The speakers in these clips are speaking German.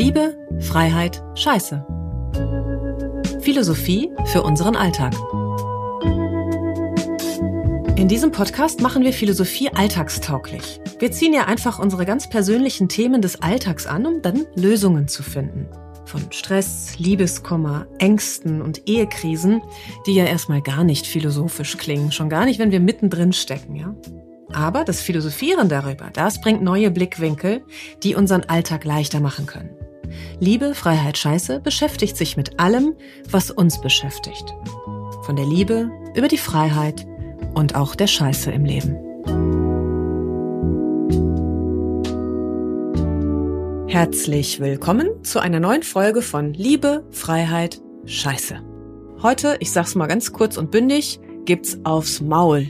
Liebe, Freiheit, Scheiße. Philosophie für unseren Alltag. In diesem Podcast machen wir Philosophie alltagstauglich. Wir ziehen ja einfach unsere ganz persönlichen Themen des Alltags an, um dann Lösungen zu finden. Von Stress, Liebeskummer, Ängsten und Ehekrisen, die ja erstmal gar nicht philosophisch klingen, schon gar nicht, wenn wir mittendrin stecken, ja? Aber das Philosophieren darüber, das bringt neue Blickwinkel, die unseren Alltag leichter machen können. Liebe, Freiheit, Scheiße beschäftigt sich mit allem, was uns beschäftigt. Von der Liebe über die Freiheit und auch der Scheiße im Leben. Herzlich willkommen zu einer neuen Folge von Liebe, Freiheit, Scheiße. Heute, ich sag's mal ganz kurz und bündig, gibt's aufs Maul.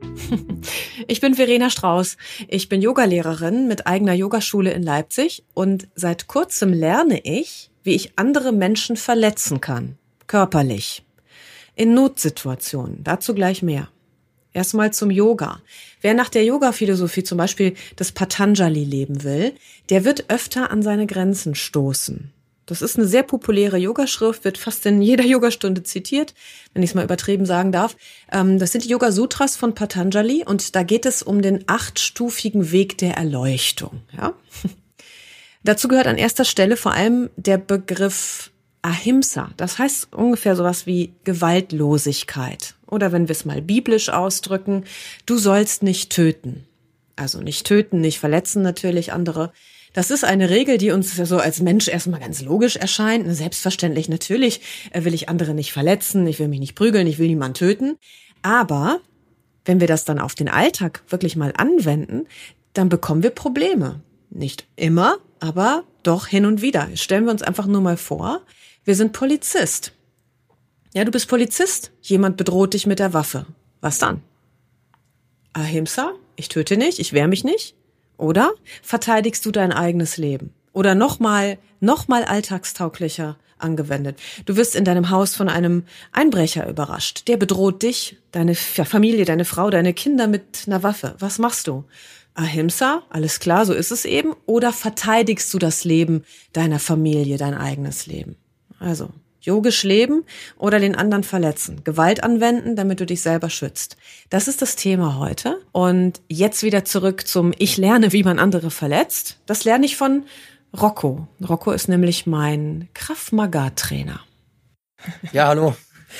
Ich bin Verena Strauß. Ich bin Yogalehrerin mit eigener Yogaschule in Leipzig und seit kurzem lerne ich, wie ich andere Menschen verletzen kann, körperlich, in Notsituationen. Dazu gleich mehr. Erstmal zum Yoga. Wer nach der Yoga-Philosophie zum Beispiel das Patanjali leben will, der wird öfter an seine Grenzen stoßen. Das ist eine sehr populäre Yogaschrift, wird fast in jeder Yogastunde zitiert, wenn ich es mal übertrieben sagen darf. Das sind die Yoga-Sutras von Patanjali und da geht es um den 8-stufigen Weg der Erleuchtung. Ja? Dazu gehört an erster Stelle vor allem der Begriff Ahimsa. Das heißt ungefähr sowas wie Gewaltlosigkeit. Oder wenn wir es mal biblisch ausdrücken, du sollst nicht töten. Also nicht töten, nicht verletzen natürlich andere. Das ist eine Regel, die uns so als Mensch erstmal ganz logisch erscheint. Selbstverständlich, natürlich will ich andere nicht verletzen, ich will mich nicht prügeln, ich will niemanden töten. Aber wenn wir das dann auf den Alltag wirklich mal anwenden, dann bekommen wir Probleme. Nicht immer, aber doch hin und wieder. Stellen wir uns einfach nur mal vor, wir sind Polizist. Ja, du bist Polizist, jemand bedroht dich mit der Waffe. Was dann? Ahimsa, ich töte nicht, ich wehre mich nicht. Oder verteidigst du dein eigenes Leben? Oder noch mal alltagstauglicher angewendet. Du wirst in deinem Haus von einem Einbrecher überrascht. Der bedroht dich, deine Familie, deine Frau, deine Kinder mit einer Waffe. Was machst du? Ahimsa, alles klar, so ist es eben. Oder verteidigst du das Leben deiner Familie, dein eigenes Leben? Also yogisch leben oder den anderen verletzen. Gewalt anwenden, damit du dich selber schützt. Das ist das Thema heute. Und jetzt wieder zurück zum Ich lerne, wie man andere verletzt. Das lerne ich von Rocco. Rocco ist nämlich mein Krav Maga-Trainer. Ja, hallo.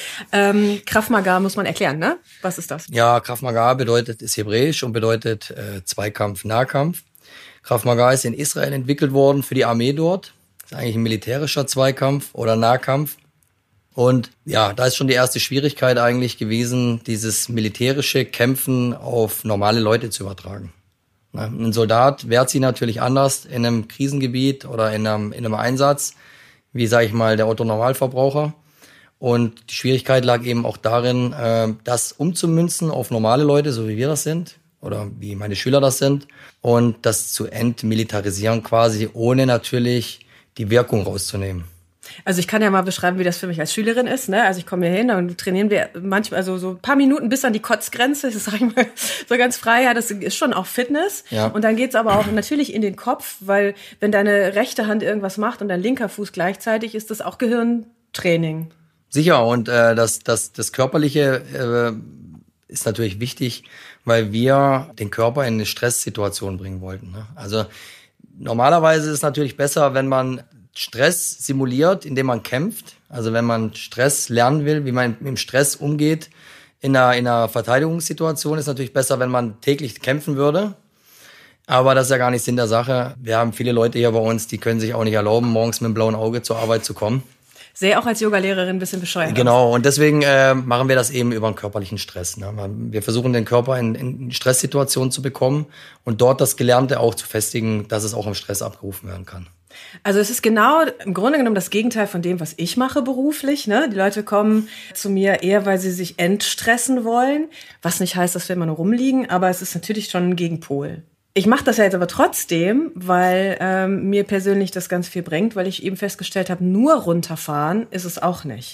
Krav Maga muss man erklären, ne? Was ist das? Ja, Krav Maga ist hebräisch und bedeutet Zweikampf, Nahkampf. Krav Maga ist in Israel entwickelt worden für die Armee dort. Das ist eigentlich ein militärischer Zweikampf oder Nahkampf. Und ja, da ist schon die erste Schwierigkeit eigentlich gewesen, dieses militärische Kämpfen auf normale Leute zu übertragen. Ein Soldat wehrt sich natürlich anders in einem Krisengebiet oder in einem Einsatz, wie, sage ich mal, der Otto-Normalverbraucher. Und die Schwierigkeit lag eben auch darin, das umzumünzen auf normale Leute, so wie wir das sind oder wie meine Schüler das sind, und das zu entmilitarisieren quasi, ohne natürlich die Wirkung rauszunehmen. Also ich kann ja mal beschreiben, wie das für mich als Schülerin ist. Ne? Also ich komme hier hin und trainieren wir manchmal also so ein paar Minuten bis an die Kotzgrenze. Das sage ich mal so ganz frei. Ja, das ist schon auch Fitness. Ja. Und dann geht's aber auch natürlich in den Kopf, weil wenn deine rechte Hand irgendwas macht und dein linker Fuß gleichzeitig, ist das auch Gehirntraining. Sicher. Und das Körperliche ist natürlich wichtig, weil wir den Körper in eine Stresssituation bringen wollten. Ne? Also normalerweise ist es natürlich besser, wenn man Stress simuliert, indem man kämpft. Also wenn man Stress lernen will, wie man mit dem Stress umgeht in einer Verteidigungssituation, ist natürlich besser, wenn man täglich kämpfen würde. Aber das ist ja gar nicht Sinn der Sache. Wir haben viele Leute hier bei uns, die können sich auch nicht erlauben, morgens mit einem blauen Auge zur Arbeit zu kommen. Sehe auch als Yogalehrerin ein bisschen bescheuert. Genau, und deswegen machen wir das eben über einen körperlichen Stress. Ne? Wir versuchen den Körper in Stresssituationen zu bekommen und dort das Gelernte auch zu festigen, dass es auch im Stress abgerufen werden kann. Also es ist genau im Grunde genommen das Gegenteil von dem, was ich mache beruflich. Ne? Die Leute kommen zu mir eher, weil sie sich entstressen wollen, was nicht heißt, dass wir immer nur rumliegen, aber es ist natürlich schon ein Gegenpol. Ich mache das ja jetzt aber trotzdem, weil mir persönlich das ganz viel bringt, weil ich eben festgestellt habe, nur runterfahren ist es auch nicht.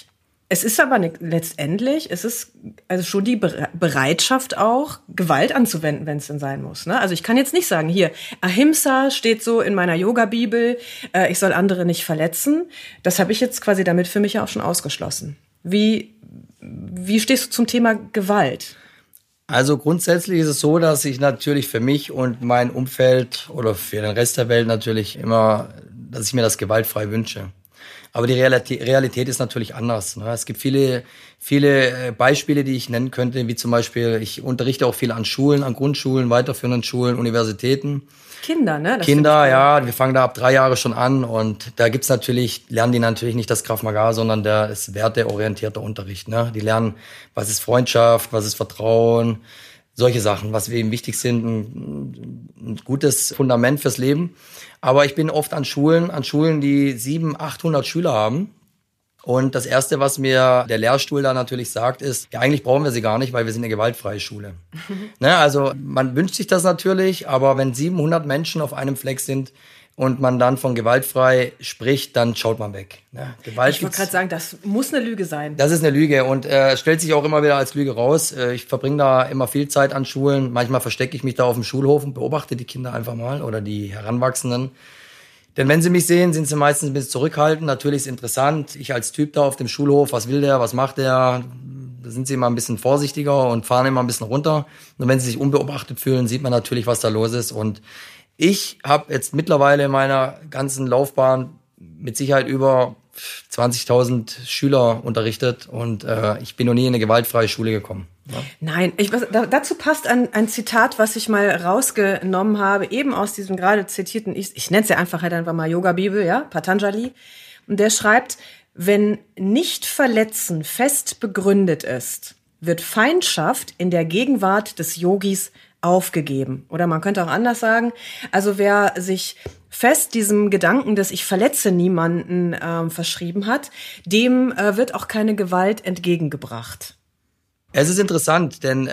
Es ist aber letztendlich, es ist also schon die Bereitschaft auch, Gewalt anzuwenden, wenn es denn sein muss. Ne? Also ich kann jetzt nicht sagen, hier, Ahimsa steht so in meiner Yoga-Bibel, ich soll andere nicht verletzen. Das habe ich jetzt quasi damit für mich ja auch schon ausgeschlossen. Wie stehst du zum Thema Gewalt? Also grundsätzlich ist es so, dass ich natürlich für mich und mein Umfeld oder für den Rest der Welt natürlich immer, dass ich mir das gewaltfrei wünsche. Aber die Realität ist natürlich anders. Ne? Es gibt viele Beispiele, die ich nennen könnte, wie zum Beispiel, ich unterrichte auch viel an Schulen, an Grundschulen, weiterführenden Schulen, Universitäten. Kinder, ne? Kinder, ja, wir fangen da ab 3 Jahre schon an und da lernen die natürlich nicht das Krav Maga, sondern der ist werteorientierter Unterricht. Ne? Die lernen, was ist Freundschaft, was ist Vertrauen, solche Sachen, was eben wichtig sind, ein gutes Fundament fürs Leben. Aber ich bin oft an Schulen, die 700, 800 Schüler haben. Und das Erste, was mir der Lehrstuhl da natürlich sagt, ist, ja, eigentlich brauchen wir sie gar nicht, weil wir sind eine gewaltfreie Schule. Ne, also man wünscht sich das natürlich, aber wenn 700 Menschen auf einem Fleck sind und man dann von gewaltfrei spricht, dann schaut man weg. Ne? Gewalt, ich wollte gerade sagen, das muss eine Lüge sein. Das ist eine Lüge und stellt sich auch immer wieder als Lüge raus. Ich verbringe da immer viel Zeit an Schulen. Manchmal verstecke ich mich da auf dem Schulhof und beobachte die Kinder einfach mal oder die Heranwachsenden. Denn wenn sie mich sehen, sind sie meistens ein bisschen zurückhaltend. Natürlich ist es interessant. Ich als Typ da auf dem Schulhof, was will der, was macht der? Da sind sie immer ein bisschen vorsichtiger und fahren immer ein bisschen runter. Und wenn sie sich unbeobachtet fühlen, sieht man natürlich, was da los ist. Und ich habe jetzt mittlerweile in meiner ganzen Laufbahn mit Sicherheit über 20.000 Schüler unterrichtet und ich bin noch nie in eine gewaltfreie Schule gekommen. Ja. Nein, dazu passt ein Zitat, was ich mal rausgenommen habe, eben aus diesem gerade zitierten, ich nenne es ja einfach mal Yoga-Bibel, ja, Patanjali. Und der schreibt, wenn Nicht-Verletzen fest begründet ist, wird Feindschaft in der Gegenwart des Yogis aufgegeben. Oder man könnte auch anders sagen, also wer sich fest diesem Gedanken, dass ich verletze niemanden verschrieben hat, dem wird auch keine Gewalt entgegengebracht. Es ist interessant, denn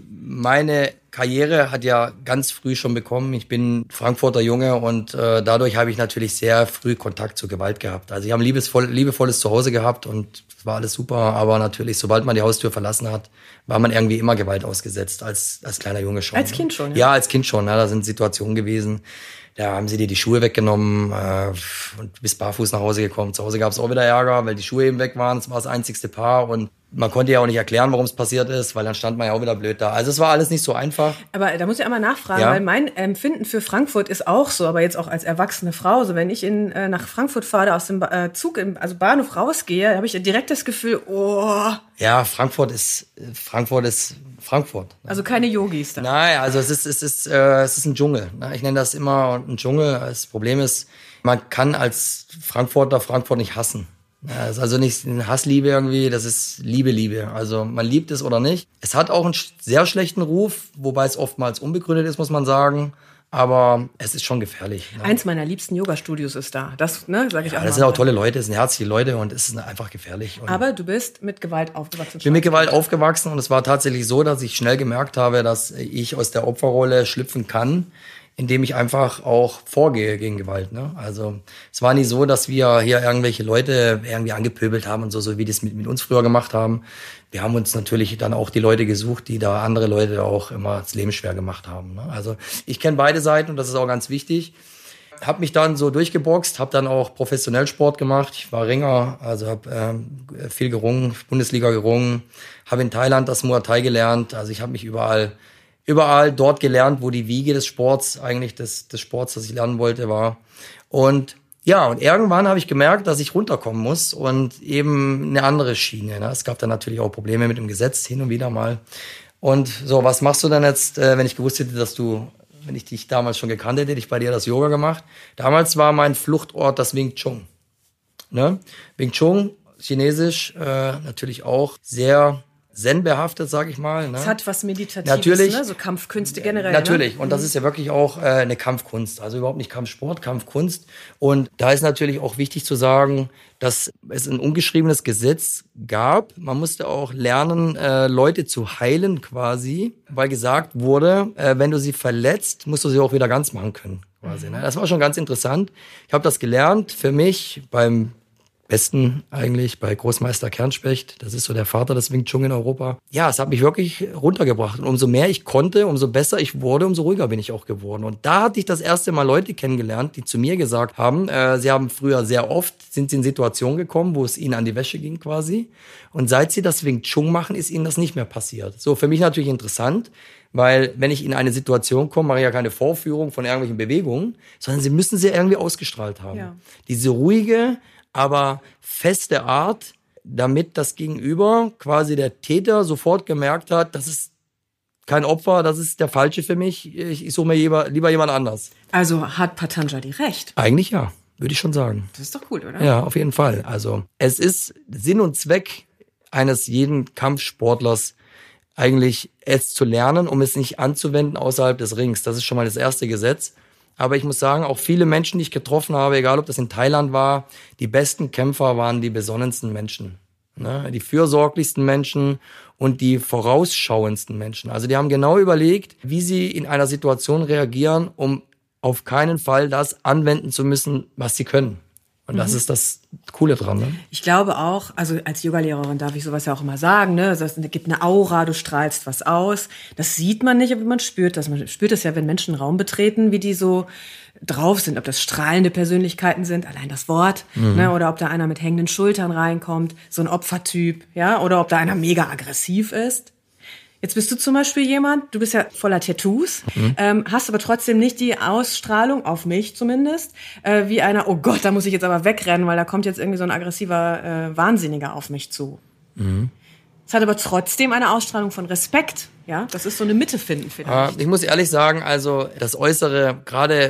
meine Karriere hat ja ganz früh schon bekommen. Ich bin Frankfurter Junge und dadurch habe ich natürlich sehr früh Kontakt zur Gewalt gehabt. Also ich habe ein liebevolles Zuhause gehabt und es war alles super. Aber natürlich, sobald man die Haustür verlassen hat, war man irgendwie immer Gewalt ausgesetzt, als kleiner Junge schon. Als Kind schon? Ja, als Kind schon. Ja, da sind Situationen gewesen. Da haben sie dir die Schuhe weggenommen und bist barfuß nach Hause gekommen. Zu Hause gab es auch wieder Ärger, weil die Schuhe eben weg waren. Es war das einzigste Paar und man konnte ja auch nicht erklären, warum es passiert ist, weil dann stand man ja auch wieder blöd da. Also es war alles nicht so einfach. Aber da muss ich einmal nachfragen, weil mein Empfinden für Frankfurt ist auch so, aber jetzt auch als erwachsene Frau. So wenn ich nach Frankfurt fahre, aus dem Zug, also Bahnhof rausgehe, habe ich direkt das Gefühl, oh. Ja, Frankfurt ist Frankfurt. Also keine Yogis da. Nein, also es ist ein Dschungel. Ich nenne das immer ein Dschungel. Das Problem ist, man kann als Frankfurter Frankfurt nicht hassen. Das ist also nicht eine Hassliebe irgendwie, das ist Liebe. Also man liebt es oder nicht. Es hat auch einen sehr schlechten Ruf, wobei es oftmals unbegründet ist, muss man sagen. Aber es ist schon gefährlich. Ne? Eins meiner liebsten Yoga-Studios ist da. Das sage ich auch mal. Das sind auch tolle Leute, das sind herzliche Leute und es ist einfach gefährlich. Und aber du bist mit Gewalt aufgewachsen. Ich bin mit Gewalt aufgewachsen und es war tatsächlich so, dass ich schnell gemerkt habe, dass ich aus der Opferrolle schlüpfen kann, indem ich einfach auch vorgehe gegen Gewalt. Ne? Also es war nicht so, dass wir hier irgendwelche Leute irgendwie angepöbelt haben und so wie die es mit uns früher gemacht haben. Wir haben uns natürlich dann auch die Leute gesucht, die da andere Leute auch immer das Leben schwer gemacht haben. Ne? Also ich kenne beide Seiten und das ist auch ganz wichtig. Habe mich dann so durchgeboxt, habe dann auch professionell Sport gemacht. Ich war Ringer, also habe viel gerungen, Bundesliga gerungen, habe in Thailand das Muay Thai gelernt. Also ich habe mich überall dort gelernt, wo die Wiege des Sports, eigentlich des Sports, das ich lernen wollte, war. Und ja, und irgendwann habe ich gemerkt, dass ich runterkommen muss und eben eine andere Schiene. Ne? Es gab dann natürlich auch Probleme mit dem Gesetz, hin und wieder mal. Und so, was machst du denn jetzt, wenn ich gewusst hätte, wenn ich dich damals schon gekannt hätte, hätte ich bei dir das Yoga gemacht. Damals war mein Fluchtort das Wing Chun. Ne? Wing Chun, chinesisch, natürlich auch sehr zen-behaftet, sag ich mal. Ne? Es hat was Meditatives, natürlich, ne? So Kampfkünste generell. Natürlich, ne? Und das ist ja wirklich auch eine Kampfkunst, also überhaupt nicht Kampfsport, Kampfkunst. Und da ist natürlich auch wichtig zu sagen, dass es ein ungeschriebenes Gesetz gab. Man musste auch lernen, Leute zu heilen quasi, weil gesagt wurde, wenn du sie verletzt, musst du sie auch wieder ganz machen können. Quasi, ne? Das war schon ganz interessant. Ich habe das gelernt für mich beim Besten eigentlich bei Großmeister Kernspecht. Das ist so der Vater des Wing Chun in Europa. Ja, es hat mich wirklich runtergebracht. Und umso mehr ich konnte, umso besser ich wurde, umso ruhiger bin ich auch geworden. Und da hatte ich das erste Mal Leute kennengelernt, die zu mir gesagt haben, sie haben früher sehr oft, sind sie in Situationen gekommen, wo es ihnen an die Wäsche ging quasi. Und seit sie das Wing Chun machen, ist ihnen das nicht mehr passiert. So, für mich natürlich interessant, weil wenn ich in eine Situation komme, mache ich ja keine Vorführung von irgendwelchen Bewegungen, sondern sie müssen sie irgendwie ausgestrahlt haben. Ja. Diese ruhige, aber feste Art, damit das Gegenüber, quasi der Täter, sofort gemerkt hat, das ist kein Opfer, das ist der Falsche für mich, ich suche mir lieber jemand anders. Also hat Patanjali recht? Eigentlich ja, würde ich schon sagen. Das ist doch cool, oder? Ja, auf jeden Fall. Also es ist Sinn und Zweck eines jeden Kampfsportlers, eigentlich es zu lernen, um es nicht anzuwenden außerhalb des Rings. Das ist schon mal das erste Gesetz. Aber ich muss sagen, auch viele Menschen, die ich getroffen habe, egal ob das in Thailand war, die besten Kämpfer waren die besonnensten Menschen, ne? Die fürsorglichsten Menschen und die vorausschauendsten Menschen. Also die haben genau überlegt, wie sie in einer Situation reagieren, um auf keinen Fall das anwenden zu müssen, was sie können. Und das ist das Coole dran, ne? Ich glaube auch, also als Yogalehrerin darf ich sowas ja auch immer sagen, ne? Es gibt eine Aura, du strahlst was aus. Das sieht man nicht, aber man spürt das. Man spürt es ja, wenn Menschen einen Raum betreten, wie die so drauf sind, ob das strahlende Persönlichkeiten sind, allein das Wort, ne? Oder ob da einer mit hängenden Schultern reinkommt, so ein Opfertyp, ja? Oder ob da einer mega aggressiv ist. Jetzt bist du zum Beispiel jemand, du bist ja voller Tattoos, hast aber trotzdem nicht die Ausstrahlung, auf mich zumindest, wie einer, oh Gott, da muss ich jetzt aber wegrennen, weil da kommt jetzt irgendwie so ein aggressiver Wahnsinniger auf mich zu. Es hat aber trotzdem eine Ausstrahlung von Respekt, ja? Das ist so eine Mitte finden vielleicht. Ich muss ehrlich sagen, also das Äußere, gerade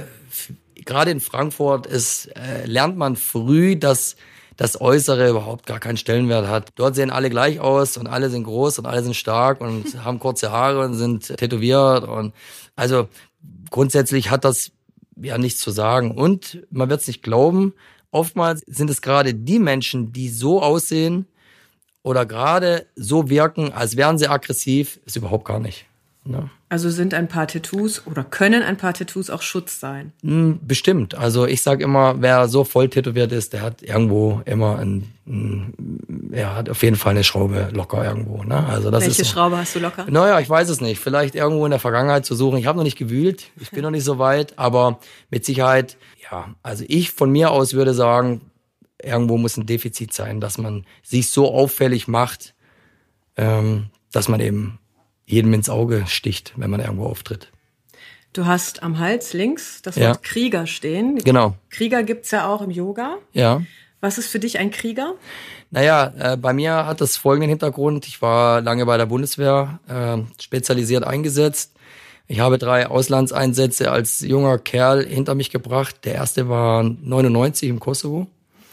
in Frankfurt, lernt man früh, dass das Äußere überhaupt gar keinen Stellenwert hat. Dort sehen alle gleich aus und alle sind groß und alle sind stark und haben kurze Haare und sind tätowiert. Und also grundsätzlich hat das ja nichts zu sagen. Und man wird es nicht glauben, oftmals sind es gerade die Menschen, die so aussehen oder gerade so wirken, als wären sie aggressiv, ist überhaupt gar nicht. Ne? Also sind ein paar Tattoos oder können ein paar Tattoos auch Schutz sein? Bestimmt. Also ich sage immer, wer so voll tätowiert ist, der hat irgendwo immer hat auf jeden Fall eine Schraube locker irgendwo. Ne? Also das Welche ist so. Schraube hast du locker? Naja, ich weiß es nicht. Vielleicht irgendwo in der Vergangenheit zu suchen. Ich habe noch nicht gewühlt. Ich bin noch nicht so weit. Aber mit Sicherheit, ja. Also ich von mir aus würde sagen, irgendwo muss ein Defizit sein, dass man sich so auffällig macht, dass man eben jedem ins Auge sticht, wenn man irgendwo auftritt. Du hast am Hals links das Wort Krieger stehen. Genau. Krieger gibt's ja auch im Yoga. Ja. Was ist für dich ein Krieger? Naja, bei mir hat das folgenden Hintergrund. Ich war lange bei der Bundeswehr, spezialisiert eingesetzt. Ich habe 3 Auslandseinsätze als junger Kerl hinter mich gebracht. Der erste war 99 im Kosovo.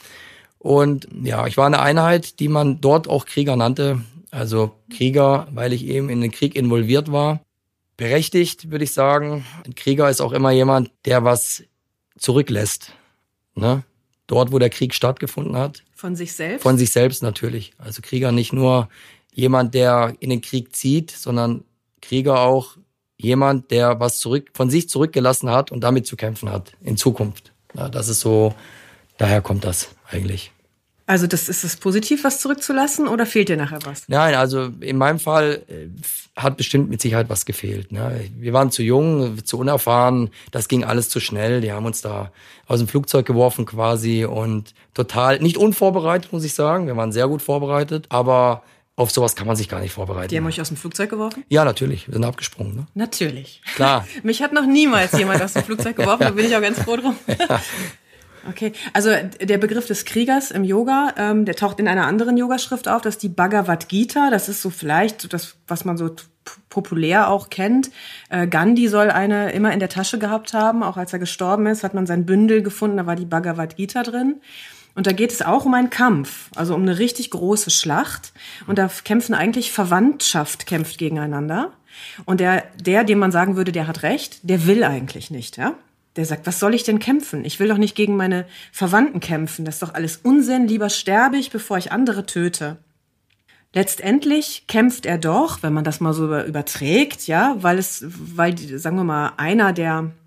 Und ja, ich war eine Einheit, die man dort auch Krieger nannte. Also Krieger, weil ich eben in den Krieg involviert war. Berechtigt, würde ich sagen. Ein Krieger ist auch immer jemand, der was zurücklässt. Ne? Dort, wo der Krieg stattgefunden hat. Von sich selbst? Von sich selbst natürlich. Also Krieger nicht nur jemand, der in den Krieg zieht, sondern Krieger auch jemand, der was von sich zurückgelassen hat und damit zu kämpfen hat in Zukunft. Ja, das ist so, daher kommt das eigentlich. Also ist es positiv, was zurückzulassen, oder fehlt dir nachher was? Nein, also in meinem Fall hat bestimmt mit Sicherheit was gefehlt. Ne? Wir waren zu jung, zu unerfahren, das ging alles zu schnell. Die haben uns da aus dem Flugzeug geworfen quasi und total, nicht unvorbereitet, muss ich sagen. Wir waren sehr gut vorbereitet, aber auf sowas kann man sich gar nicht vorbereiten. Die haben euch aus dem Flugzeug geworfen? Ja, natürlich. Wir sind abgesprungen. Ne? Natürlich. Klar. Mich hat noch niemals jemand aus dem Flugzeug geworfen, da bin ich auch ganz froh drum. Ja. Okay, also der Begriff des Kriegers im Yoga, der taucht in einer anderen Yogaschrift auf, das ist die Bhagavad Gita. Das ist so vielleicht das, was man so populär auch kennt. Gandhi soll eine immer in der Tasche gehabt haben, auch als er gestorben ist, hat man sein Bündel gefunden, da war die Bhagavad Gita drin. Und da geht es auch um einen Kampf, also um eine richtig große Schlacht. Und da kämpfen eigentlich Verwandtschaft kämpft gegeneinander. Und der, dem man sagen würde, der hat recht, der will eigentlich nicht, ja. Der sagt, was soll ich denn kämpfen? Ich will doch nicht gegen meine Verwandten kämpfen. Das ist doch alles Unsinn. Lieber sterbe ich, bevor ich andere töte. Letztendlich kämpft er doch, wenn man das mal so überträgt, ja, weil sagen wir mal, einer der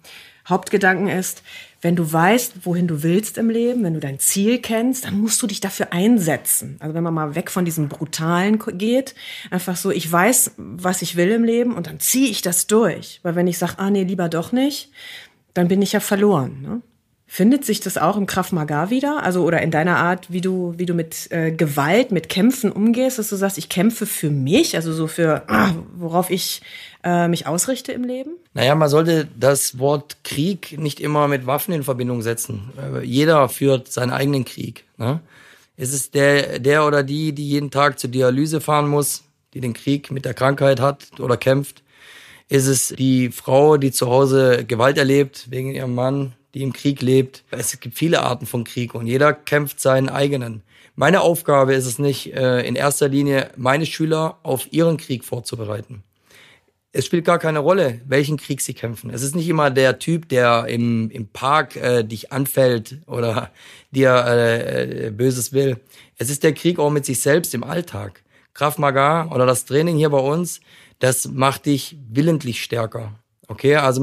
Hauptgedanken ist, wenn du weißt, wohin du willst im Leben, wenn du dein Ziel kennst, dann musst du dich dafür einsetzen. Also wenn man mal weg von diesem Brutalen geht, einfach so, ich weiß, was ich will im Leben und dann ziehe ich das durch. Weil wenn ich sage, nee, lieber doch nicht, dann bin ich ja verloren, ne? Findet sich das auch im Krav Maga wieder? Also, oder in deiner Art, wie du mit Gewalt, mit Kämpfen umgehst, dass du sagst, ich kämpfe für mich, also so für, worauf ich mich ausrichte im Leben? Naja, man sollte das Wort Krieg nicht immer mit Waffen in Verbindung setzen. Jeder führt seinen eigenen Krieg, ne? Es ist der oder die jeden Tag zur Dialyse fahren muss, die den Krieg mit der Krankheit hat oder kämpft. Ist es die Frau, die zu Hause Gewalt erlebt wegen ihrem Mann, die im Krieg lebt. Es gibt viele Arten von Krieg und jeder kämpft seinen eigenen. Meine Aufgabe ist es nicht, in erster Linie meine Schüler auf ihren Krieg vorzubereiten. Es spielt gar keine Rolle, welchen Krieg sie kämpfen. Es ist nicht immer der Typ, der im Park dich anfällt oder dir Böses will. Es ist der Krieg auch mit sich selbst im Alltag. Krav Maga oder das Training hier bei uns, das macht dich willentlich stärker. Okay, also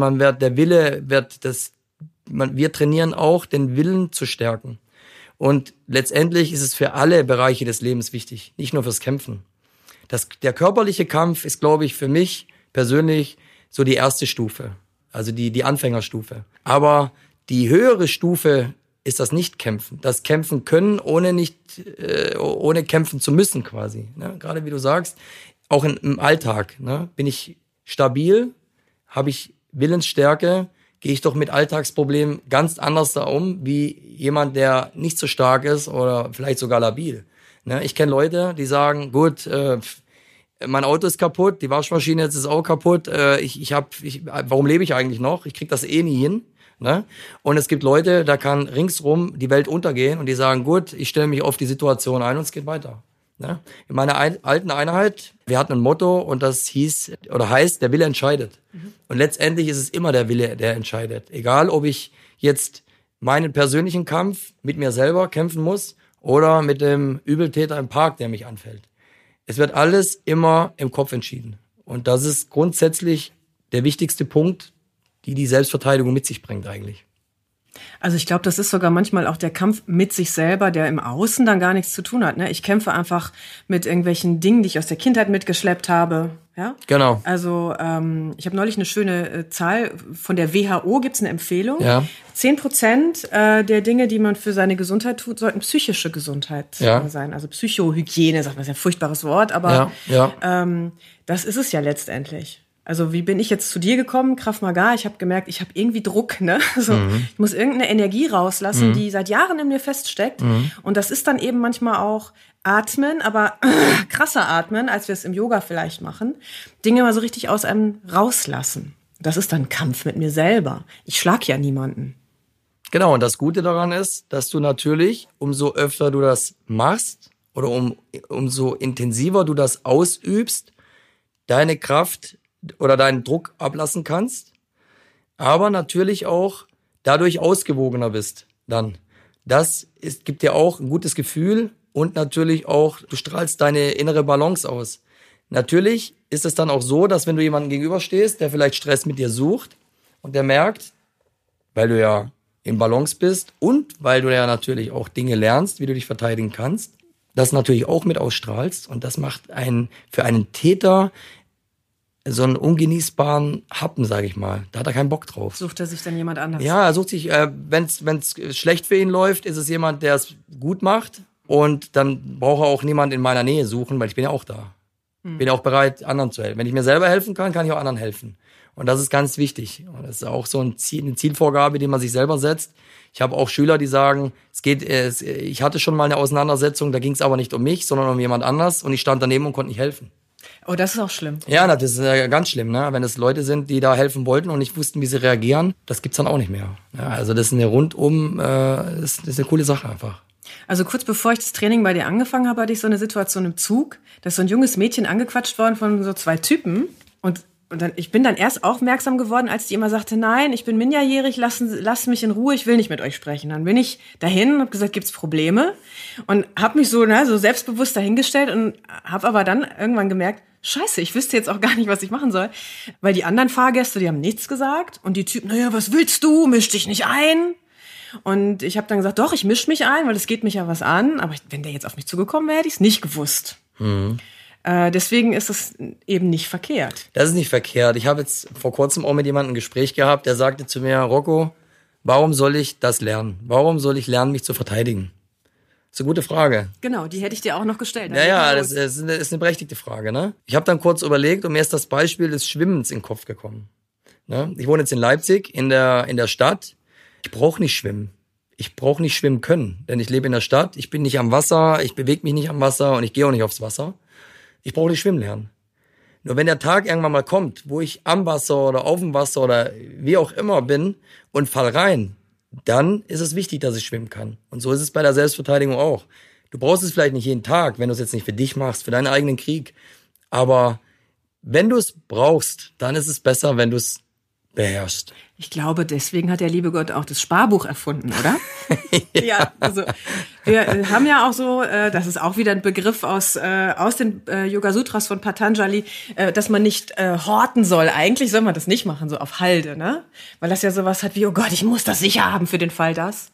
wir trainieren auch, den Willen zu stärken. Und letztendlich ist es für alle Bereiche des Lebens wichtig, nicht nur fürs Kämpfen. Der körperliche Kampf ist, glaube ich, für mich persönlich so die erste Stufe, also die Anfängerstufe. Aber die höhere Stufe ist das Nicht-Kämpfen. Das Kämpfen können, ohne kämpfen zu müssen quasi. Ne? Gerade wie du sagst, auch im Alltag, ne? Bin ich stabil, habe ich Willensstärke, gehe ich doch mit Alltagsproblemen ganz anders da um, wie jemand, der nicht so stark ist oder vielleicht sogar labil. Ne? Ich kenne Leute, die sagen, gut, mein Auto ist kaputt, die Waschmaschine jetzt ist auch kaputt, warum lebe ich eigentlich noch? Ich krieg das eh nie hin. Ne? Und es gibt Leute, da kann ringsrum die Welt untergehen und die sagen, gut, ich stelle mich auf die Situation ein und es geht weiter. Ne? In meiner alten Einheit, wir hatten ein Motto und das heißt, der Wille entscheidet. Und letztendlich ist es immer der Wille, der entscheidet. Egal, ob ich jetzt meinen persönlichen Kampf mit mir selber kämpfen muss oder mit dem Übeltäter im Park, der mich anfällt. Es wird alles immer im Kopf entschieden. Und das ist grundsätzlich der wichtigste Punkt, die Selbstverteidigung mit sich bringt eigentlich. Also ich glaube, das ist sogar manchmal auch der Kampf mit sich selber, der im Außen dann gar nichts zu tun hat. Ne? Ich kämpfe einfach mit irgendwelchen Dingen, die ich aus der Kindheit mitgeschleppt habe. Ja? Genau. Also ich habe neulich eine schöne Zahl von der WHO, gibt's eine Empfehlung. Ja. 10% der Dinge, die man für seine Gesundheit tut, sollten psychische Gesundheit sein. Also Psychohygiene, sagt man, ist ein furchtbares Wort, aber das ist es ja letztendlich. Also wie bin ich jetzt zu dir gekommen, Krav Maga? Ich habe gemerkt, ich habe irgendwie Druck, ne? Ich muss irgendeine Energie rauslassen, die seit Jahren in mir feststeckt. Und das ist dann eben manchmal auch Atmen, aber krasser Atmen, als wir es im Yoga vielleicht machen. Dinge mal so richtig aus einem rauslassen. Das ist dann Kampf mit mir selber. Ich schlag ja niemanden. Genau, und das Gute daran ist, dass du natürlich, umso öfter du das machst oder umso intensiver du das ausübst, deine Kraft oder deinen Druck ablassen kannst, aber natürlich auch dadurch ausgewogener bist dann. Gibt dir auch ein gutes Gefühl und natürlich auch, du strahlst deine innere Balance aus. Natürlich ist es dann auch so, dass wenn du jemandem gegenüberstehst, der vielleicht Stress mit dir sucht und der merkt, weil du ja im Balance bist und weil du ja natürlich auch Dinge lernst, wie du dich verteidigen kannst, das natürlich auch mit ausstrahlst und das macht für einen Täter so einen ungenießbaren Happen, sage ich mal. Da hat er keinen Bock drauf. Sucht er sich dann jemand anderes? Ja, er sucht sich, wenn's schlecht für ihn läuft, ist es jemand, der es gut macht. Und dann braucht er auch niemand in meiner Nähe suchen, weil ich bin ja auch da. Bin ja auch bereit, anderen zu helfen. Wenn ich mir selber helfen kann, kann ich auch anderen helfen. Und das ist ganz wichtig. Und das ist auch so eine Zielvorgabe, die man sich selber setzt. Ich habe auch Schüler, die sagen, ich hatte schon mal eine Auseinandersetzung, da ging es aber nicht um mich, sondern um jemand anders. Und ich stand daneben und konnte nicht helfen. Oh, das ist auch schlimm. Ja, das ist ganz schlimm, ne? Wenn es Leute sind, die da helfen wollten und nicht wussten, wie sie reagieren, das gibt's dann auch nicht mehr. Ja, also das ist das ist eine coole Sache einfach. Also kurz bevor ich das Training bei dir angefangen habe, hatte ich so eine Situation im Zug, da ist so ein junges Mädchen angequatscht worden von so 2 Typen und dann, ich bin dann erst aufmerksam geworden, als die immer sagte, nein, ich bin minderjährig, lasst mich in Ruhe, ich will nicht mit euch sprechen. Dann bin ich dahin und habe gesagt, gibt's Probleme? Und habe mich so selbstbewusst dahingestellt und habe aber dann irgendwann gemerkt, scheiße, ich wüsste jetzt auch gar nicht, was ich machen soll. Weil die anderen Fahrgäste, die haben nichts gesagt. Und die Typen, naja, was willst du? Misch dich nicht ein. Und ich habe dann gesagt, doch, ich misch mich ein, weil es geht mich ja was an. Aber wenn der jetzt auf mich zugekommen wäre, hätte ich es nicht gewusst. Deswegen ist es eben nicht verkehrt. Das ist nicht verkehrt. Ich habe jetzt vor kurzem auch mit jemandem ein Gespräch gehabt, der sagte zu mir, Rocco, warum soll ich das lernen? Warum soll ich lernen, mich zu verteidigen? Das ist eine gute Frage. Genau, die hätte ich dir auch noch gestellt. Ja, das ist eine berechtigte Frage. Ne? Ich habe dann kurz überlegt und mir ist das Beispiel des Schwimmens in den Kopf gekommen. Ne? Ich wohne jetzt in Leipzig, in der Stadt. Ich brauche nicht schwimmen. Ich brauche nicht schwimmen können, denn ich lebe in der Stadt. Ich bin nicht am Wasser, ich bewege mich nicht am Wasser und ich gehe auch nicht aufs Wasser. Ich brauche nicht schwimmen lernen. Nur wenn der Tag irgendwann mal kommt, wo ich am Wasser oder auf dem Wasser oder wie auch immer bin und fall rein, dann ist es wichtig, dass ich schwimmen kann. Und so ist es bei der Selbstverteidigung auch. Du brauchst es vielleicht nicht jeden Tag, wenn du es jetzt nicht für dich machst, für deinen eigenen Krieg. Aber wenn du es brauchst, dann ist es besser, wenn du es beherrschst. Ich glaube, deswegen hat der liebe Gott auch das Sparbuch erfunden, oder? Ja, also wir haben ja auch so, das ist auch wieder ein Begriff aus den Yoga Sutras von Patanjali, dass man nicht horten soll. Eigentlich soll man das nicht machen, so auf Halde, ne? Weil das ja sowas hat wie, oh Gott, ich muss das sicher haben für den Fall das.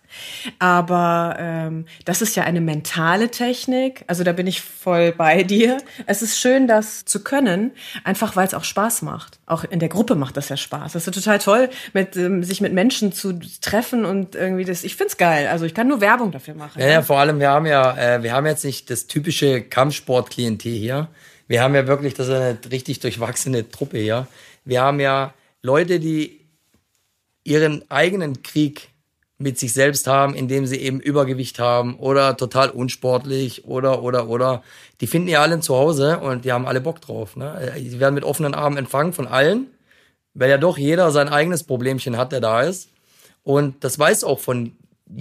Aber das ist ja eine mentale Technik. Also da bin ich voll bei dir. Es ist schön, das zu können, einfach weil es auch Spaß macht. Auch in der Gruppe macht das ja Spaß. Das ist total toll, sich mit Menschen zu treffen und irgendwie das. Ich find's geil. Also ich kann nur Werbung dafür machen. Ja, vor allem wir haben jetzt nicht das typische Kampfsport-Klientel hier. Wir haben ja wirklich, das ist eine richtig durchwachsene Truppe hier. Wir haben ja Leute, die ihren eigenen Krieg mit sich selbst haben, indem sie eben Übergewicht haben oder total unsportlich oder. Die finden ja alle zu Hause und die haben alle Bock drauf. Ne? Die werden mit offenen Armen empfangen von allen, weil ja doch jeder sein eigenes Problemchen hat, der da ist. Und das weiß auch von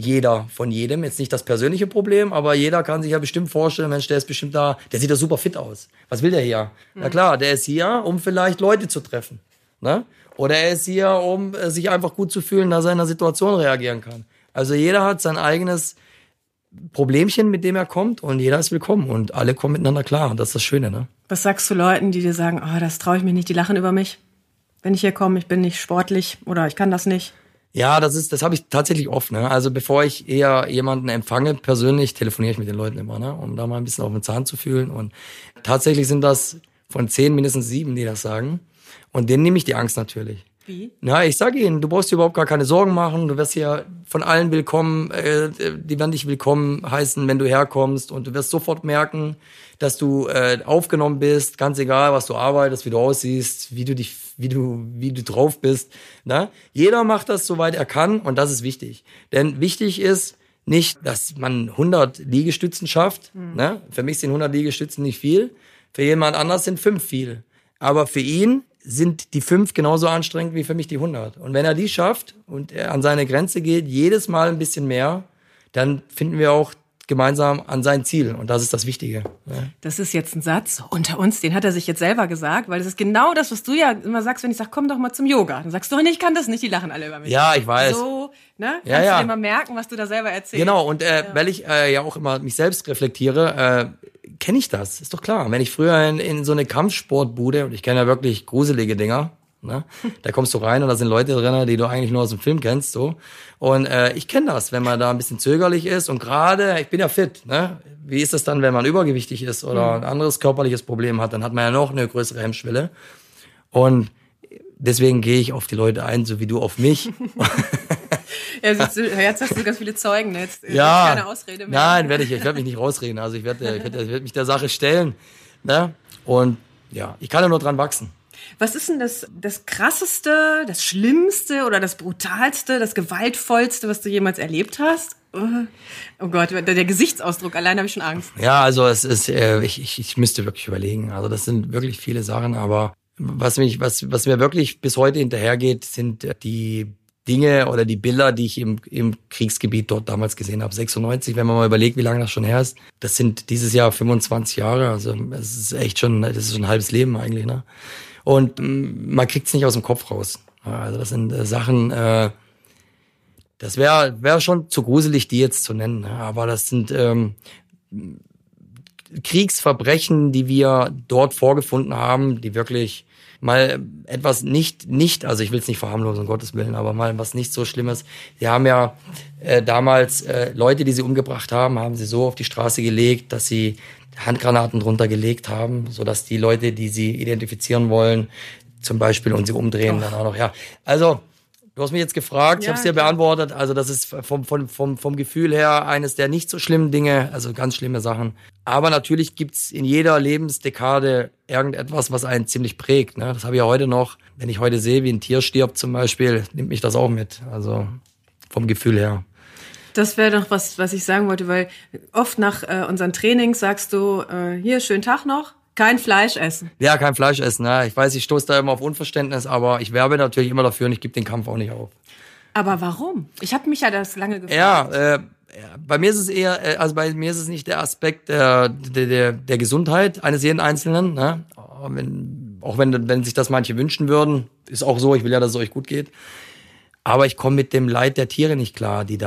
jedem. Jetzt nicht das persönliche Problem, aber jeder kann sich ja bestimmt vorstellen, Mensch, der ist bestimmt da, der sieht ja super fit aus. Was will der hier? Na klar, der ist hier, um vielleicht Leute zu treffen. Ne? Oder er ist hier, um sich einfach gut zu fühlen, dass er in einer Situation reagieren kann. Also jeder hat sein eigenes Problemchen, mit dem er kommt und jeder ist willkommen und alle kommen miteinander klar. Und das ist das Schöne, ne? Was sagst du Leuten, die dir sagen, oh, das traue ich mich nicht, die lachen über mich, wenn ich hier komme, ich bin nicht sportlich oder ich kann das nicht? Ja, das habe ich tatsächlich oft. Ne? Also bevor ich eher jemanden empfange, persönlich telefoniere ich mit den Leuten immer, ne? Um da mal ein bisschen auf den Zahn zu fühlen. Und tatsächlich sind das von 10 mindestens 7, die das sagen. Und denen nehme ich die Angst natürlich. Wie? Na, ich sage ihnen, du brauchst dir überhaupt gar keine Sorgen machen. Du wirst hier von allen willkommen, die werden dich willkommen heißen, wenn du herkommst. Und du wirst sofort merken, dass du aufgenommen bist, ganz egal, was du arbeitest, wie du aussiehst, wie du drauf bist. Na? Jeder macht das, soweit er kann, und das ist wichtig. Denn wichtig ist nicht, dass man 100 Liegestützen schafft. Ne? Für mich sind 100 Liegestützen nicht viel. Für jemand anders sind 5 viel. Aber für ihn sind die 5 genauso anstrengend wie für mich die 100. Und wenn er die schafft und er an seine Grenze geht, jedes Mal ein bisschen mehr, dann finden wir auch gemeinsam an sein Ziel. Und das ist das Wichtige. Ja. Das ist jetzt ein Satz unter uns, den hat er sich jetzt selber gesagt, weil das ist genau das, was du ja immer sagst, wenn ich sage, komm doch mal zum Yoga. Dann sagst du, ich kann das nicht, die lachen alle über mich. Ja, ich weiß. So, ne? Ja, Kannst du dir mal merken, was du da selber erzählst. Genau, und weil ich ja auch immer mich selbst reflektiere, kenne ich das, ist doch klar. Wenn ich früher in so eine Kampfsportbude, und ich kenne ja wirklich gruselige Dinger, ne? Da kommst du rein und da sind Leute drin, die du eigentlich nur aus dem Film kennst, so. Und ich kenne das, wenn man da ein bisschen zögerlich ist und gerade, ich bin ja fit, ne? Wie ist das dann, wenn man übergewichtig ist oder ein anderes körperliches Problem hat, dann hat man ja noch eine größere Hemmschwelle. Und deswegen gehe ich auf die Leute ein, so wie du auf mich. Ja, jetzt hast du ganz viele Zeugen, jetzt ja, keine Ausrede mehr. Nein, ich werde mich nicht rausreden. Also ich werde mich der Sache stellen. Ne? Und ja, ich kann ja nur dran wachsen. Was ist denn das Krasseste, das Schlimmste oder das Brutalste, das Gewaltvollste, was du jemals erlebt hast? Oh Gott, der Gesichtsausdruck, allein habe ich schon Angst. Ja, also es ist, ich müsste wirklich überlegen. Also das sind wirklich viele Sachen, aber was mir wirklich bis heute hinterhergeht, sind die Dinge oder die Bilder, die ich im Kriegsgebiet dort damals gesehen habe. 96, wenn man mal überlegt, wie lange das schon her ist. Das sind dieses Jahr 25 Jahre. Also es ist echt schon, das ist schon ein halbes Leben eigentlich, ne? Und man kriegt es nicht aus dem Kopf raus. Also das sind Sachen, das wäre schon zu gruselig, die jetzt zu nennen. Ne? Aber das sind Kriegsverbrechen, die wir dort vorgefunden haben, die wirklich mal etwas nicht, also ich will es nicht verharmlosen, um Gottes Willen, aber mal was nicht so Schlimmes. Die haben ja damals Leute, die sie umgebracht haben sie so auf die Straße gelegt, dass sie Handgranaten drunter gelegt haben, sodass die Leute, die sie identifizieren wollen, zum Beispiel und sie umdrehen, dann auch noch, ja. Also, du hast mich jetzt gefragt, ich habe es dir beantwortet. Also das ist vom Gefühl her eines der nicht so schlimmen Dinge, also ganz schlimme Sachen. Aber natürlich gibt's in jeder Lebensdekade irgendetwas, was einen ziemlich prägt. Ne? Das habe ich ja heute noch. Wenn ich heute sehe, wie ein Tier stirbt zum Beispiel, nimmt mich das auch mit. Also vom Gefühl her. Das wäre doch was ich sagen wollte, weil oft nach unseren Trainings sagst du, hier, schönen Tag noch. Kein Fleisch essen. Ja, kein Fleisch essen. Ne? Ich weiß, ich stoße da immer auf Unverständnis, aber ich werbe natürlich immer dafür und ich gebe den Kampf auch nicht auf. Aber warum? Ich habe mich ja das lange gefragt. Ja, bei mir ist es eher, also bei mir ist es nicht der Aspekt der Gesundheit eines jeden Einzelnen. Ne? Auch wenn sich das manche wünschen würden, ist auch so. Ich will ja, dass es euch gut geht. Aber ich komme mit dem Leid der Tiere nicht klar, die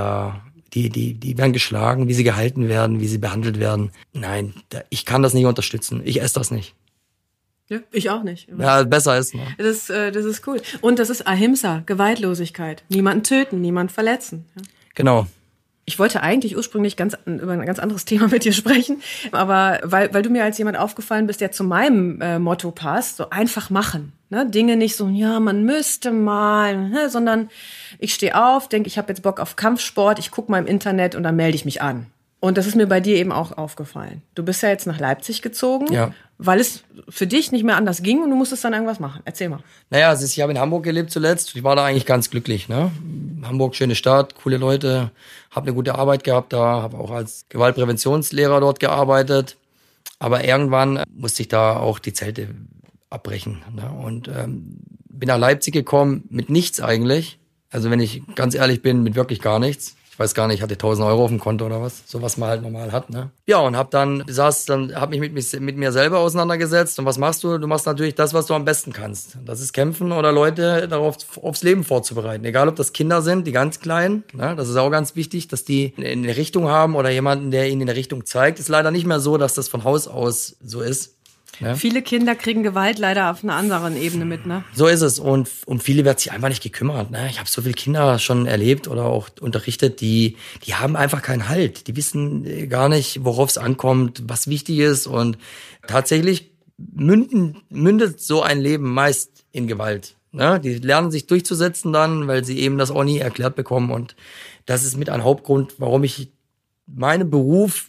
werden geschlagen, wie sie gehalten werden, wie sie behandelt werden. Nein, ich kann das nicht unterstützen. Ich esse das nicht. Ja, ich auch nicht. Ja, besser ist. Ne? Das ist cool. Und das ist Ahimsa, Gewaltlosigkeit. Niemanden töten, niemanden verletzen. Ja. Genau. Ich wollte eigentlich ursprünglich über ein ganz anderes Thema mit dir sprechen, aber weil du mir als jemand aufgefallen bist, der zu meinem Motto passt, so einfach machen. Ne? Dinge nicht so, ja, man müsste mal, ne? Sondern ich stehe auf, denke, ich habe jetzt Bock auf Kampfsport, ich gucke mal im Internet und dann melde ich mich an. Und das ist mir bei dir eben auch aufgefallen. Du bist ja jetzt nach Leipzig gezogen, weil es für dich nicht mehr anders ging und du musstest dann irgendwas machen. Erzähl mal. Naja, ich habe in Hamburg gelebt zuletzt. Ich war da eigentlich ganz glücklich. Ne? Hamburg, schöne Stadt, coole Leute. Habe eine gute Arbeit gehabt da. Habe auch als Gewaltpräventionslehrer dort gearbeitet. Aber irgendwann musste ich da auch die Zelte abbrechen. Ne? Und bin nach Leipzig gekommen mit nichts eigentlich. Also wenn ich ganz ehrlich bin, mit wirklich gar nichts. Ich weiß gar nicht, ich hatte 1.000 Euro auf dem Konto oder was, so was man halt normal hat, ne? Ja, und hab mich mit mir selber auseinandergesetzt. Und was machst du? Du machst natürlich das, was du am besten kannst. Das ist kämpfen oder Leute aufs Leben vorzubereiten. Egal, ob das Kinder sind, die ganz Kleinen, ne? Das ist auch ganz wichtig, dass die eine Richtung haben oder jemanden, der ihnen eine Richtung zeigt. Ist leider nicht mehr so, dass das von Haus aus so ist. Ja. Viele Kinder kriegen Gewalt leider auf einer anderen Ebene mit, ne? So ist es. Und viele wird sich einfach nicht gekümmert. Ne? Ich habe so viele Kinder schon erlebt oder auch unterrichtet, die haben einfach keinen Halt. Die wissen gar nicht, worauf es ankommt, was wichtig ist. Und tatsächlich mündet so ein Leben meist in Gewalt. Ne? Die lernen sich durchzusetzen dann, weil sie eben das auch nie erklärt bekommen. Und das ist mit ein Hauptgrund, warum ich meinen Beruf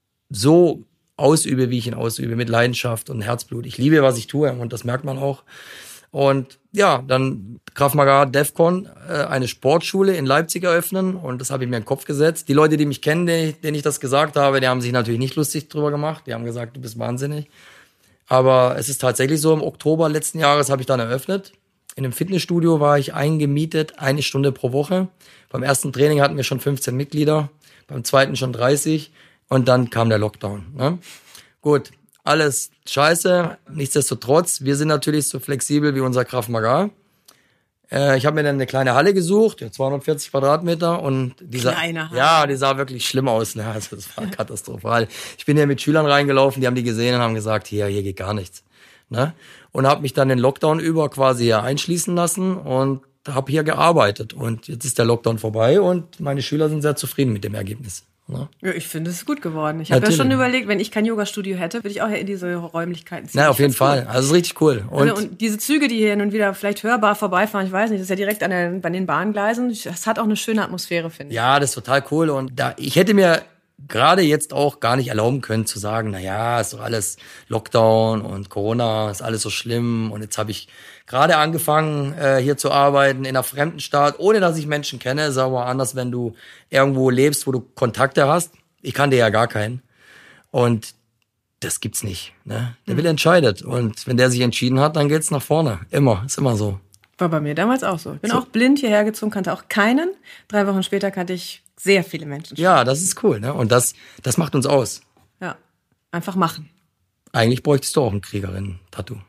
so ausübe, wie ich ihn ausübe, mit Leidenschaft und Herzblut. Ich liebe, was ich tue und das merkt man auch. Und ja, dann Krav Maga Defcon, eine Sportschule in Leipzig eröffnen und das habe ich mir in den Kopf gesetzt. Die Leute, die mich kennen, denen ich das gesagt habe, die haben sich natürlich nicht lustig drüber gemacht. Die haben gesagt, du bist wahnsinnig. Aber es ist tatsächlich so, im Oktober letzten Jahres habe ich dann eröffnet. In einem Fitnessstudio war ich eingemietet, 1 Stunde pro Woche. Beim ersten Training hatten wir schon 15 Mitglieder, beim zweiten schon 30. Und dann kam der Lockdown. Ne? Gut, alles scheiße. Nichtsdestotrotz, wir sind natürlich so flexibel wie unser Krav Maga. Ich habe mir dann eine kleine Halle gesucht, 240 Quadratmeter. Und die sah wirklich schlimm aus. Ne? Also das war katastrophal. Ich bin hier mit Schülern reingelaufen, die haben die gesehen und haben gesagt, hier geht gar nichts. Ne? Und habe mich dann den Lockdown über quasi hier einschließen lassen und habe hier gearbeitet. Und jetzt ist der Lockdown vorbei und meine Schüler sind sehr zufrieden mit dem Ergebnis. Ja, ich finde, es ist gut geworden. Ich habe ja schon überlegt, wenn ich kein Yoga-Studio hätte, würde ich auch in diese Räumlichkeiten ziehen. Na, auf jeden Fall. Also, es ist richtig cool. Und diese Züge, die hier nun wieder vielleicht hörbar vorbeifahren, ich weiß nicht, das ist ja direkt bei den Bahngleisen. Das hat auch eine schöne Atmosphäre, finde ich. Ja, das ist total cool. Und ich hätte mir gerade jetzt auch gar nicht erlauben können zu sagen, ist doch alles Lockdown und Corona, ist alles so schlimm. Und jetzt habe ich gerade angefangen, hier zu arbeiten in einer fremden Stadt, ohne dass ich Menschen kenne. Ist aber anders, wenn du irgendwo lebst, wo du Kontakte hast. Ich kannte ja gar keinen. Und das gibt's nicht. Ne? Der Wille entscheidet. Und wenn der sich entschieden hat, dann geht's nach vorne. Immer. Ist immer so. War bei mir damals auch so. Ich bin auch blind hierher gezogen, kannte auch keinen. 3 Wochen später kannte ich sehr viele Menschen. Ja, das ist cool. Ne? Und das macht uns aus. Ja, einfach machen. Eigentlich bräuchtest du auch ein Kriegerin-Tattoo.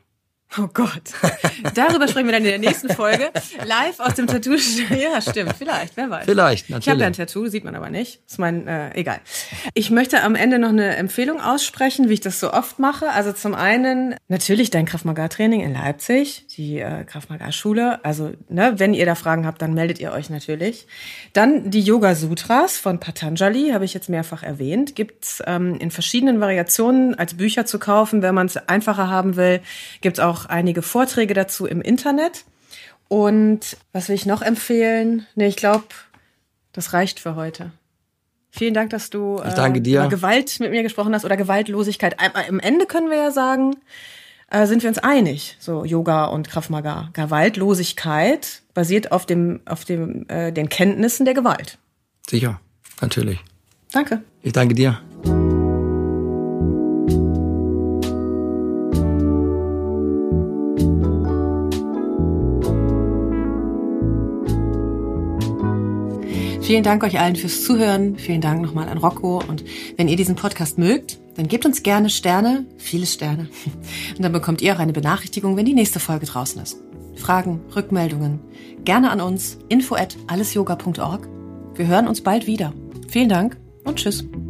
Oh Gott. Darüber sprechen wir dann in der nächsten Folge. Live aus dem Tattoo-Studio. Ja, stimmt. Vielleicht, wer weiß. Vielleicht, natürlich. Ich habe ja ein Tattoo, sieht man aber nicht. Ist egal. Ich möchte am Ende noch eine Empfehlung aussprechen, wie ich das so oft mache. Also zum einen natürlich dein Krav Maga Training in Leipzig, die Krav Maga Schule. Also, wenn ihr da Fragen habt, dann meldet ihr euch natürlich. Dann die Yoga Sutras von Patanjali, habe ich jetzt mehrfach erwähnt. Gibt's in verschiedenen Variationen als Bücher zu kaufen. Wenn man es einfacher haben will, gibt's auch einige Vorträge dazu im Internet. Und was will ich noch empfehlen? Ich glaube, das reicht für heute. Vielen Dank, dass du ich danke dir. Über Gewalt mit mir gesprochen hast oder Gewaltlosigkeit. Am Ende können wir ja sagen, sind wir uns einig. So Yoga und Krav Maga. Gewaltlosigkeit basiert auf den Kenntnissen der Gewalt. Sicher, natürlich. Danke. Ich danke dir. Vielen Dank euch allen fürs Zuhören. Vielen Dank nochmal an Rocco. Und wenn ihr diesen Podcast mögt, dann gebt uns gerne Sterne, viele Sterne. Und dann bekommt ihr auch eine Benachrichtigung, wenn die nächste Folge draußen ist. Fragen, Rückmeldungen, gerne an uns, info@allesyoga.org. Wir hören uns bald wieder. Vielen Dank und tschüss.